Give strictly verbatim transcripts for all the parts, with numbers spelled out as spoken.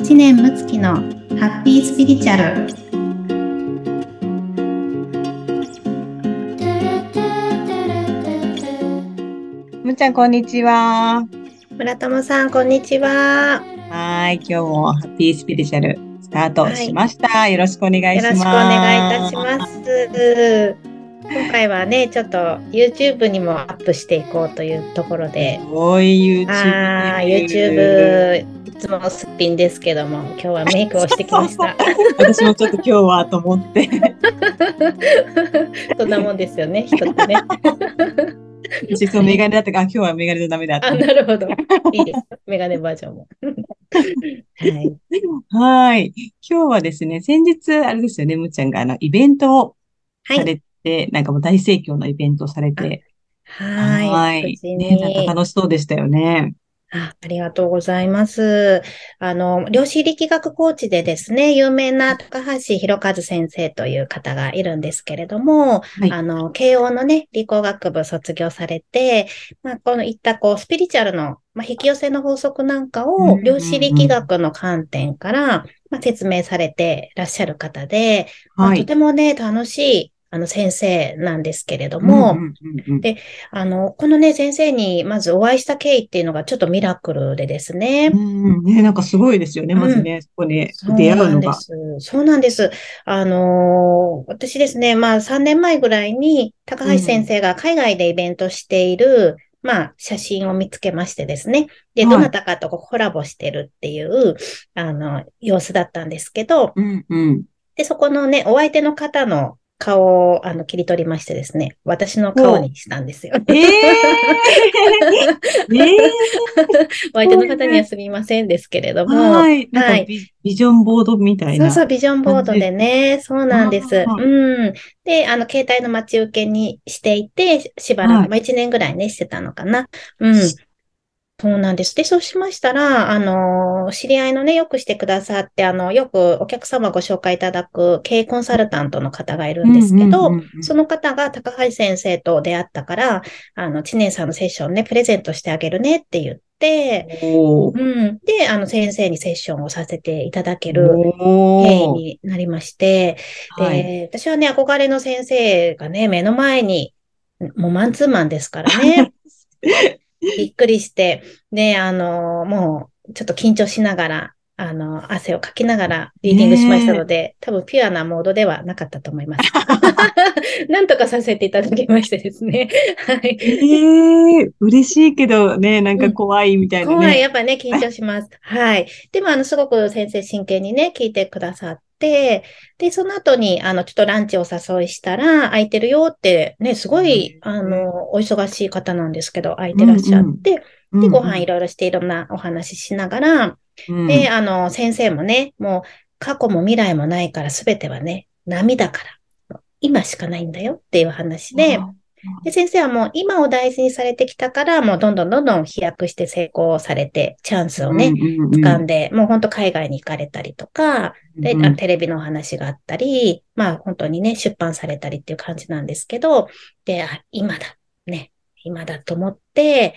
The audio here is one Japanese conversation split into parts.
知念睦月のハッピースピリチュアル。 むちゃん、こんにちは。 村友さん、こんにちは。 はい。今日もハッピースピリチュアルスタートしはい。 ました。よろしくお願いしよろしくお願いいたします。 ます。今回はね、ちょっと YouTube にもアップしていこうというところすで、 ごいあー、 YouTube。 YouTube、いつもすっぴんですけども、今日はメイクをしてきました。 私もちょっと今日はと思って。 そんなもんですよね、人ってね。 私、そう、メガネだったから、あ、今日はメガネじゃダメだとあ、 思って。 なるほど。いいです。メガネバージョンも。はい。 はい。今日はですね、先日、あれですよね、むちゃんがあの、イベントをはい。 されて、なんかもう大盛況のイベントをされあ、 て、 はい。無はい。 事ね、なんかに。 楽しそうでしたよね。 あ、ありがとうございます。あの、量子力学コーチでですね、有名な高橋博和先生という方がいるんですけれども、 はい。 あの、慶応のね、理工学部卒業されて、まあ、このいったこう、スピリチュアルの、まあ、引き寄せの法則なんかうんを量子うんうん。 力学の観点から、まあ、説明されていらっしゃる方で、まあ、とはい。 てもね、楽しい、あの、先生なんですけれども、 うんうんうんうん。 で、あの、このね、先生にまずお会いした経緯っていうのがちょっとミラクルでですね。 うんうん。ね、なんかすごいですよね。まうん。 ずね、そこでそう出会うのが。 なんです。そうなんです。あのー私ですね、まあさんねんまえぐらいに高橋先うん。 生が海外でイベントしている、まあ写真を見つけましてですね。で、どはい。 なたかとこうコラボしてるっていう、あの、様子だったんですけど、 うんうん。 で、そこのね、お相手の方の顔をあの切り取りましてですね、私の顔ほう。 にしたんですよ。 ええー、ええお相手の方にはそういう、 すみませんですけれども、 はい。なんかはい。 ビ、ビジョンボードみたいなそうそう、ビジョンボードで感じ。 ね、そうなんです。 あうん。で、あの、携帯の待ち受けにしていて、しばあ、 らく、 はい。 まあ、いちねんぐらいね、してたのかな。うん。そうなんです。で、そうしましたら、あの、知り合いのね、よくしてくださって、あの、よくお客様ご紹介いただく経営コンサルタントの方がいるんですうんうんうけど、 んうん。 その方が高橋先生と出会ったから、あの、知念さんのセッションね、プレゼントしてあげるねって言って、 おー。 うん。で、あの、先生にセッションをさせていただける経緯おー。 になりまして、 はい。 で、私はね、憧れの先生がね、目の前に、もうマンツーマンですからね、びっくりして、で、あの、もう、ちょっと緊張しながら、あの、汗をかきながらリーディングしましたねえ。 ので、多分ピュアなモードではなかったと思います。なんとかさせていただきましてですね。はい。 ええ嬉しいけどね、なんかうん。 怖いみたいな怖い。やね。 っぱね、緊張します。はい。でも、あの、すごく先生真剣にね、聞いてくださって、で、その後に、あの、ちょっとランチをお誘いしたら、空いてるよって、ね、すごい、あええの、お忙しい方なんですけど、空いうてらっしゃっんうん。 て、で、ごうんうん。 飯いろいろしていろんなお話ししながら、で、 うん。 あの、先生もね、もう、過去も未来もないからすべてはね、波だから、今しかないんだよっていう話で、 あで、先生はもう今を大事にされてきたから、もうどんどんどんどん飛躍して成功されて、チャンスをね、 うんうんうん。 掴んで、もう本当海外に行かれたりとか、で、あうんテレビのお話があったり、まあ本当にね、出版されたりっていう感じなんですけど、で、あ、今だ、ね、今だと思って、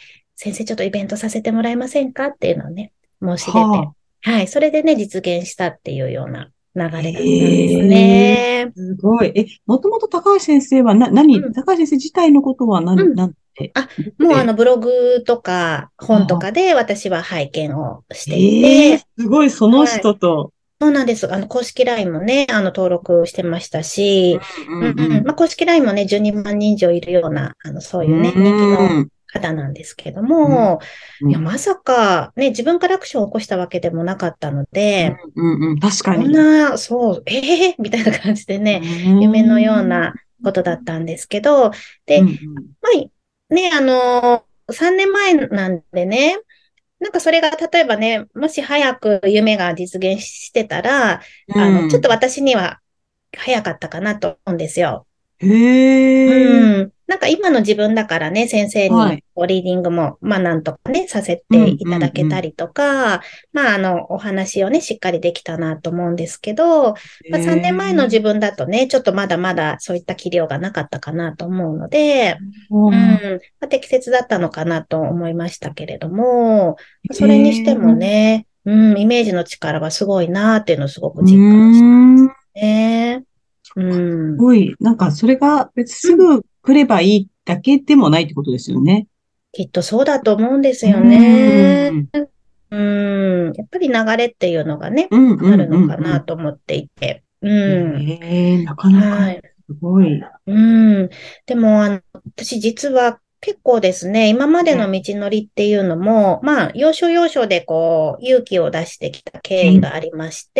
先生ちょっとイベントさせてもらえませんかっていうのをね、申し出て、 はあ。 はい、それでね、実現したっていうような流れだったんですええね。 すごい。え、もともと高橋先生はな、何、 うん、 高橋先生自体のことは何、 うん。 なんて、 あ、 どこで、 もうあのブログとか本とかはあ、 で私は拝見をしていええて、 すごい、そのはい。 人と。 そうなんです。あの、公式 ライン もね、あの、登録してましたし、 うんうんうん。まあ、公式 ライン もね、じゅうにまん人以上いるような、あの、そううんいうね、人気のうん。 方なんですけどうん。 も、いや、 うん。 まさか、ね、自分からアクションを起こしたわけでもなかったのうん。 で、 うんうん。確かこんに。 な、そう、ええー、みたいな感じでうね、夢のようーん。 なことだったんですけど、 うで、 んまあ、ね、あの、さんねんまえなんでね、なんかそれが例えばね、もし早く夢が実現してたら、 うあの、ちょっとん。 私には早かったかなと思うんですよ。 うん。へえ。 うん。なんか今の自分だからね、先生にはい。 こうリーディングも、まあなんとかね、させてうんういただけんうん。 たりとか、まああの、お話をね、しっかりできたなと思うんですけど、 へまあさんねんまえの自え。 分だとね、ちょっとまだまだそういった器量がなかったかなと思うので、うん、 あまあ、適切だったのかなと思いましたけれども、 へそれにしてもえ。 ね、 うん、イメージの力はすごいなっていうのをすごうく実感しーん。 ね。うすん。 ごい。なんか、それが別にうん。 すぐ来ればいいだけでもないってことですよね。 きっとそうだと思うんですうーよね。 ん。 うん。やっぱり流れっていうのがね、 うんうんあるのかうんうん。 なと思っていて。うん。 ええ、なかなかはい。 すごい。 うん。でも、あの、私実は結構ですね、今までの道ええ、 のりっていうのも、まあ、要所要所でこう、勇気を出してきた経緯うん。 がありまして、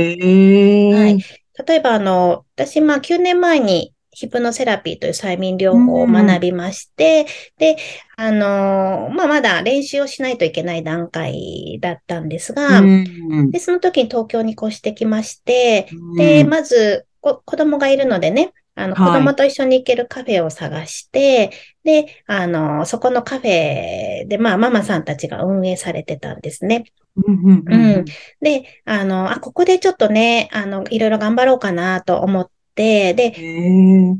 はい。 ええ、 例えば、あの、私、まあ、きゅうねんまえにヒプノセラピーという催眠う療法を学ん。 びまして、で、あの、まあ、まだ練習をしないといけない段階だったんですうが、 ん。 で、その時に東京に越してきまして、で、 うん。 まず、こ、子供がいるのでね、あの、子はい。 供と一緒に行けるカフェを探して、で、あの、そこのカフェで、まあ、ママさんたちが運営されてたんですね。 うんうんううん。 んで、あの、あ、ここでちょっとね、あの、いろいろ頑張ろうかなと思って、で、 うん。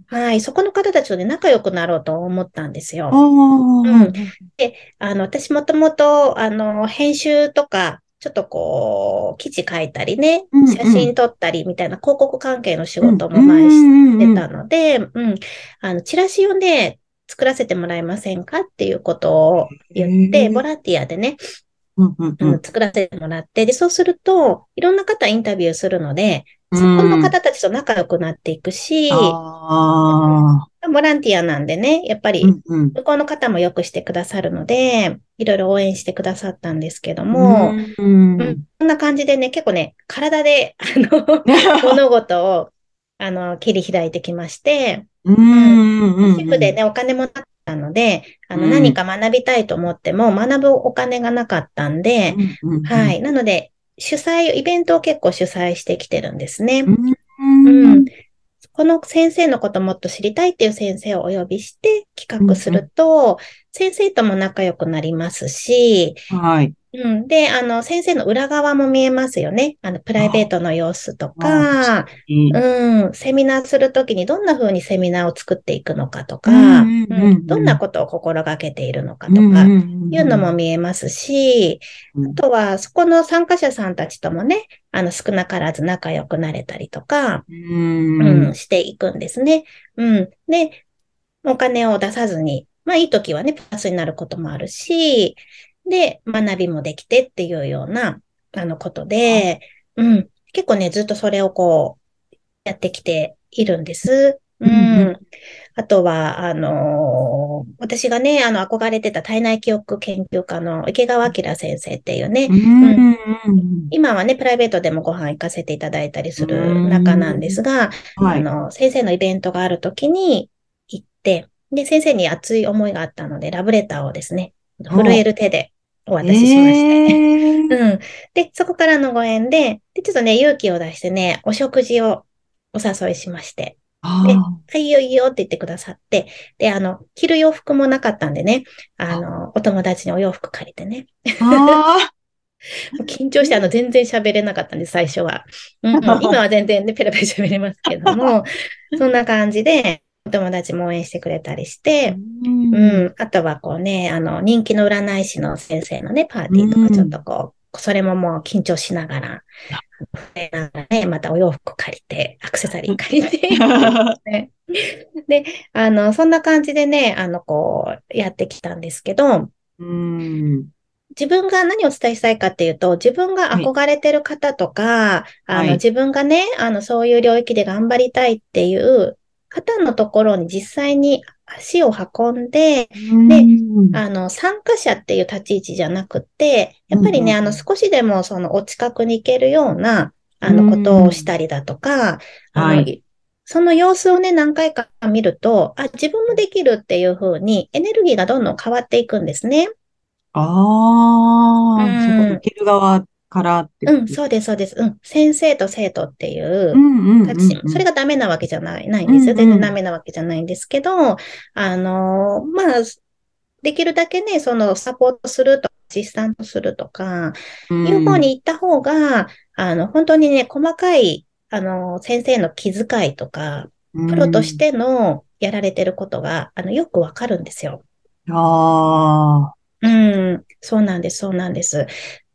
ええ、 はい、そこの方たちとね、仲良くなろうと思ったんですあよ。うん。 あ、 で、あの、私もともと、あの、編集とか、ちょっとこう、記事書いたりね、 うん写うん。 真撮ったりみたいな広告関係の仕うん、う事も前してん、うん、 たので、うん。あの、チラシをね、作らせてもらえませんかっていうことをへ言って、ボえ、 ランティアでね、 うん、うん、 あの、 うん、 作らせてもらって、で、そうすると、いろんな方インタビューするので、 うそこのん、 方たちと仲良くなっていくし、 ああ、 うん、ボランティアなんでね、やっぱり、 うん、うん、 向こうの方もよくしてくださるので、いろいろ応援してくださったんですけどうも、うん、 ん、 こんな感じでね、結構ね、体で、あの、物事を、あの、切り開いてきまして、 うん、 うん。 うん、うん、 主婦でね、お金もなかったので、あの、何うん、 か学びたいと思っても、学ぶお金がなかったんで、 うん、うん、うん、 はい。なので、主催、イベントを結構主催してきてるんですね。 うん、 うん。この先生のこともっと知りたいっていう先生をお呼びして企画すると、先生とも仲良くなりますし、 はい。 うん。で、あの、先生の裏側も見えますよね。あの、プライベーあトの様子とあ、確かか、 に。 うん、セミナーするときにどんな風にセミナーを作っていくのかとうか、 ん、うん、 うん、 うん、 どんなことを心がけているのかうん、 とか、 うん、 いうのうん、 も見えますし、 うん、 あとは、そこの参加者さんたちともね、あの、少なからず仲良くなれたりとか、 うん、 うん、していくんですね。うん。で、お金を出さずに、まあいい時はね、プラスになることもあるし、で、学びもできてっていうような、あのことあ、 で、うん、結構ね、ずっとそれをこう、やってきているんです。ううん、うん、 ん。あとは、あのー私がね、あの、憧れてた体内記憶研究家の池川明先生っていうね、 うん、 うん。 うん、 今はね、プライベートでもご飯行かせていただいたりうする仲なんですん、 が、 はい。 あの、先生のイベントがあるときに行って、で、先生に熱い思いがあったので、ラブレターをですね、震えお、 る手でお渡ししまして。 ええ、 うん。で、そこからのご縁で、で、ちょっとね、勇気を出してね、お食事をお誘いしまして。で、 ああ、いいよいいよって言ってくださって、で、あの、着る洋服もなかったんでね、ああ、 の、お友達にお洋服借りてね、 あもう緊張して、あの、全然喋れなかったんです、最初は。うん、今あ、 は全然ね、ペラペラ喋れますけども、そんな感じで、お友達も応援してくれたりしうて、うん、 ん、あとはこうね、あの、人気の占い師の先生のね、パーうティーとかちょっとん。 こう、それももう緊張しながら、でなんかね、またお洋服借りて、アクセサリー借りてっていうね。で、あの、そんな感じでね、あの、こう、やってきたんですけど、 うん。 自分が何をお伝えしたいかっていうと、自分がはい、 憧れてる方とか、あの、 はい。 自分がね、あの、そういう領域で頑張りたいっていう方のところに実際に足を運んで、 うで、 ん、 あの、参加者っていう立ち位置じゃなくて、やっうん、 ぱりね、あの、 うん、 少しでもそのお近くに行けるような、 うあの、ことをしたん。 りだとか、あの、 はい。 いその様子をね、何回か見ると、あ、自分もできるっていう風にエネルギーがどんどん変わっていくんですね。うああ、そういうこと、 ん。 受ける側からってこうん、 とです。 そうです、そうです。うん。先生と生徒っていうん、 ううん、うん、 立ち、 うん。 それがダメなわけじゃない、ないんうん、 ですよ。全然うん、 ダメなわけじゃないんですけど、あの、まあ、できるだけね、そのサポートするとか、アシスタントするとか、 ういう方ん、 に行った方が、あの、本当にね、細かい、あの、先生の気遣いとか、 うプロとしん。 てのやられてることが、あの、よくわかるんですよ。 ああ、 うん、そうなんです、そうなんです。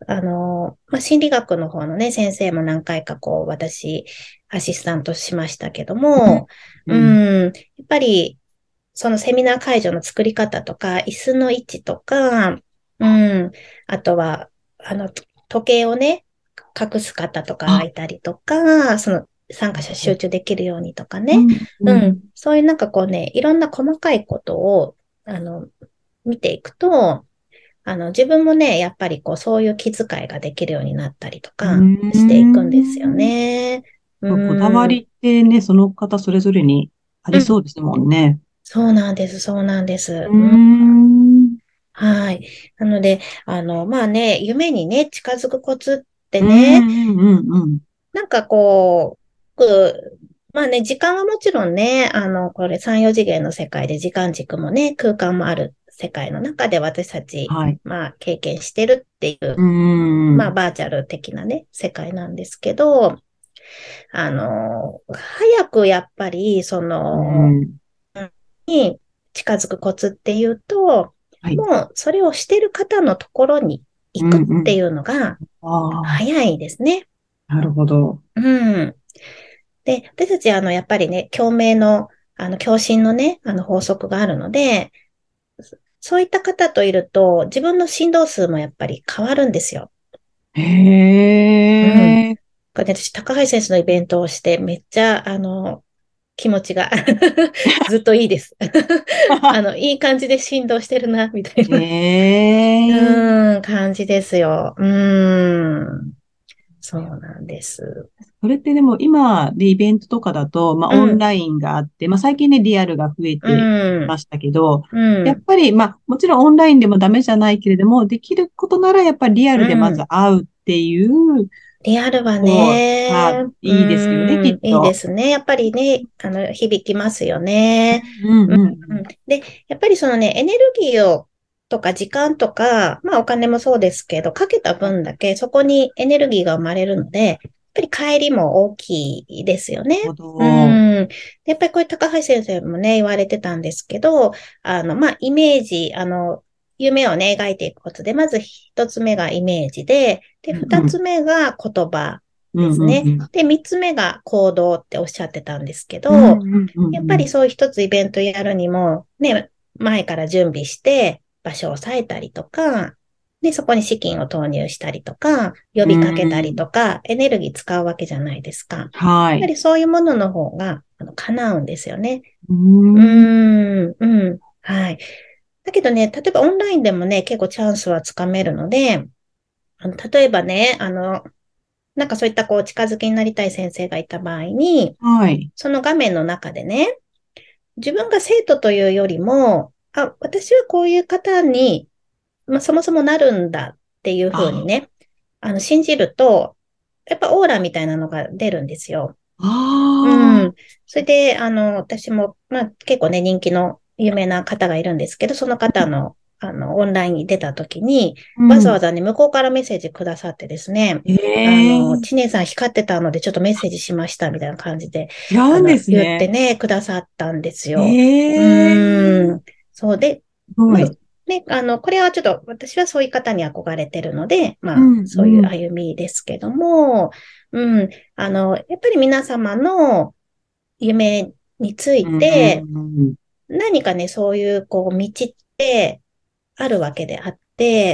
あの、まあ、心理学の方のね、先生も何回かこう、私、アシスタントしましたけども、ううん。 ん、やっぱり、そのセミナー会場の作り方とか、椅子の位置とか、うん、あとは、あの、時計をね、隠す方とかがあ、 いたりとか、その参加者集中できるようにとかね、 うん、ううん、 ん。 そういうなんかこうね、いろんな細かいことを、あの、見ていくと、あの、自分もね、やっぱりこう、そういう気遣いができるようになったりとうかしていくんですよん。 ね。うこだわん、 りってね、その方それぞれにあうん、 りそうですもんね。 そうなんです、そうなんでうーす。うん、 ん。 はい。なので、あの、まあね、夢にね、近づくコツってうん、 ね、 うん、うん、うん。 なんかこう、くまあね、時間はもちろんね、あの、これさん、よ次元の世界で時間軸もね、空間もある世界の中で私たち、 はい。 まあ経験してるっていうう、まあん、 バーチャル的なね、世界なんですけど、あの、早くやっぱり、そうの、 ん。 に近づくコツっていうと、 はい。 もうそれをしてる方のところに行うん、うん。 くっていうのがあ早いですね。 あ、なるほど。 うん。で、私たちあの、やっぱりね、共鳴の、あの、共振のね、あの法則があるので、そういった方といると、自分の振動数もやっぱり変わるんですよ。 へうん。 え。 これね私、高橋先生のイベントをして、めっちゃ、あの、気持ちがずっといいです。あの、いい感じで振動してるな、みたいな、 へえ。 うーん、感じですよ。うーん。そうなんです。 それってでも今でイベントとかだと、まあうん、 オンラインがあって、まあ最近ね、リアルが増えうてん、 ましたけど、 うん、 やっぱりまあもちろんオンラインでもダメじゃないけれども、できることならやっぱりリアうルでまずん。 会うっていうリアルは方がね、ういいですよね、きっーん、いいでと。 すね。やっぱりね、あの、響きますよね。 うんうん、 うんうん。 うん。で、やっぱりそのね、エネルギーを、とか時間とか、まあお金もそうですけど、かけたはい。 分だけそこにエネルギーが生まれるので、やっぱり帰りも大きいですよね。 なるほうど。 ん。でやっぱりこれ高橋先生もね、言われてたんですけど、あの、まあイメージ、あの、夢をね、描いていくことで、まず一つ目がイメージで、で、二つうんうん。 目が言葉うんですね。 うんうん。 で、三つ目が行動っておっしゃってたんですけうんど、 うんうんやっうん。 ぱりそういう一つイベントやるにも、ね、前から準備して場所を押さえたりとか、で、そこに資金を投入したりとか、呼うびかけたりん。 とか、エネルギー使うわけじゃないですか。やっはい。 ぱりそういうものの方が、あの、叶うんですよね。 ううーん。 ん、うん、はい。だけどね、例えばオンラインでもね、結構チャンスはつかめるので、あの例えばね、あの、なんかそういったこう近づきになりたい先生がいた場合に、 はい。 その画面の中でね、自分が生徒というよりも、あ、私はこういう方に、まあ、そもそもなるんだっていうふうにあ、 ね、あの、信じると、やっぱオーラみたいなのが出るんですよ。うああ、 ん。それで、あの、私も、まあ、結構ね、人気の有名な方がいるんですけど、その方の、あの、オンラインに出た時に、 うん。 わざわざね、向こうからメッセージくださってですね、あの、 ええ、 知念さん光ってたので、ちょっとメッセージしました、みたいな感じで、 違うんであの、言ってすね。 ね、くださったんですよ。うええ、 ーん。そうで、まあ、 すごい。 ね、あの、これはちょっと、私はそういう方に憧れてるので、まあ、 うん、 そういううん、 歩みですけども、うん、あの、やっぱり皆様の、夢につういて、 ん、 何かね、そういう、こう、道ってあるわけであって、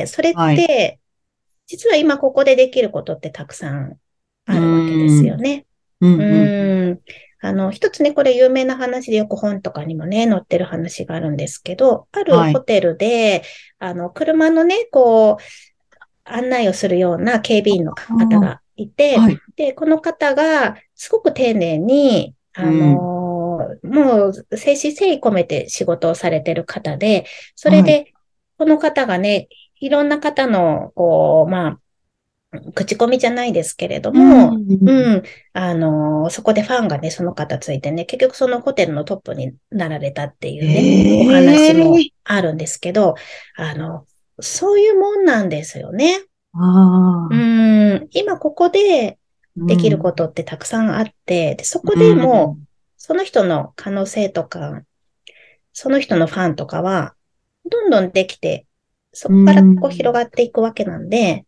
それっはい。 て、実は今ここでできることってたくさんうあるわけですよん、 ね。 ううん、うん、 ーん。あの、一つね、これ有名な話でよく本とかにもね、載ってる話があるんですけど、あるはい、 ホテルで、あの、車のね、こう、案内をするような警備員のあ方がいて、 あ、はい、 で、この方がすごく丁寧に、あうん、 のーもう誠心誠意込めて仕事をされてる方で、それはい、 で、この方がね、いろんな方の、こう、まあ、口コミじゃないですけれどうも、 ん、 うん、あのーそこでファンがね、その方ついてね、結局そのホテルのトップになられたっていうね、お話もええ、 あるんですけど、あの、そういうもんなんですよね。 あうあ、 ーん、今ここでうできるこん、 とってたくさんあって、で、そこうでもう、 ん、 その人の可能性とか、その人のファンとかは、どんどんできて、そうこからこう広ん、 がっていくわけなんで、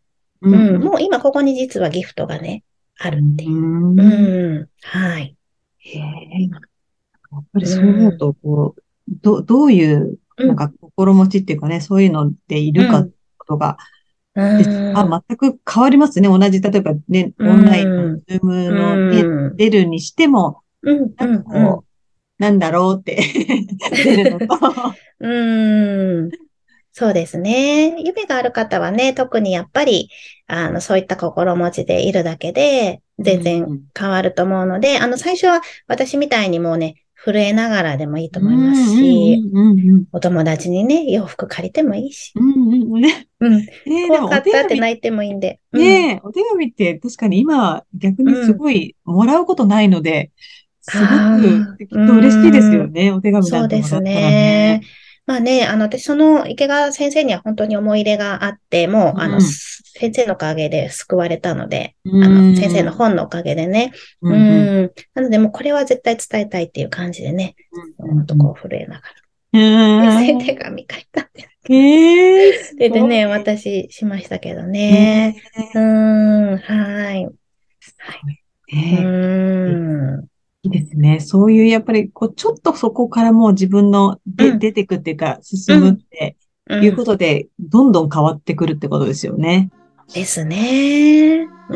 うんうん、 うん。 もう今ここに実はギフトがね、あうるっていう。 ん。 うん、はい。 へえ。やっぱりうそう思うん、 と、こう、ど、どういう、 うん、 なんか心持ちっていうかね、そういうのでいるかってうん、 ことが、 うです。 ん、 あ、全く変わりますね。同じ、例えばね、 うオンラインのん、 ズームうのね、 ん、 出るにしても、 うん、 なんかうん、うん。 こう、なんだろうって出るのと、 うん、そうですね。夢がある方はね、特にやっぱり、あの、そういった心持ちでいるだけで、 う全然ん、 変わると思うので、あの、最初は私みたいにもうね、震えながらでもいいうん、 と思いますうん、 し、 うん、うん、 お友達にね、洋服借りてもいいし、 うん、うん、ね。 うん、 えー、で怖もおかったって手紙、 泣いてもいいんで、うん、 ねえ、お手紙って確かに今逆にすうん。 ごいもらうことないので、すごくああ、 きっうと嬉しいですーん。 よね。お手紙なんてそうですもらったらね。 ね。 まあね、あの、私、その池川先生には本当に思い入れがあって、もう、あの、 うん、 す先生のおかげで救われたので、 うあの、先生のん、 本のおかげでね。ううん、うん、 ん。なので、もうこれは絶対伝えたいっていう感じでね、 うん、うん。 ほんとこう震えながら。 う先生手ん。 紙書いたんですけど。 ええ、すで、でね、 ごい。 私しましたけどえね。うーえ、 ん、はい。はい。 すごいうね。えいーん。 いですね。そういう、やっぱり、こう、ちょっとそこからもう自分ので、 うん、 出てくっていうか、進むっうん、 ていうこうん。 とで、どんどん変わってくるってことですよね。 ですね。ううん。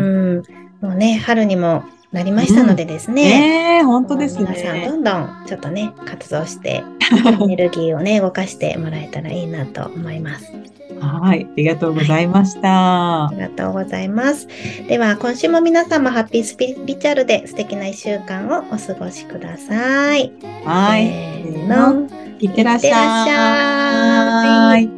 ーん。もうね、春にもなりましたうん。 のでですね、 ええ、本当でもうす皆さんどね。 んどんちょっとね、活動して、エネルギーをね、動かしてもらえたらいいなと思います。 はい。ありがとうごはい。 ざいました。 ありがとうございます。では、今週も皆様、ハッピースピリチュアルで素敵ないっしゅうかんをお過ごしください。せはい。せーーの。 の。 いっていっらっしてらっしゃゃい。 い。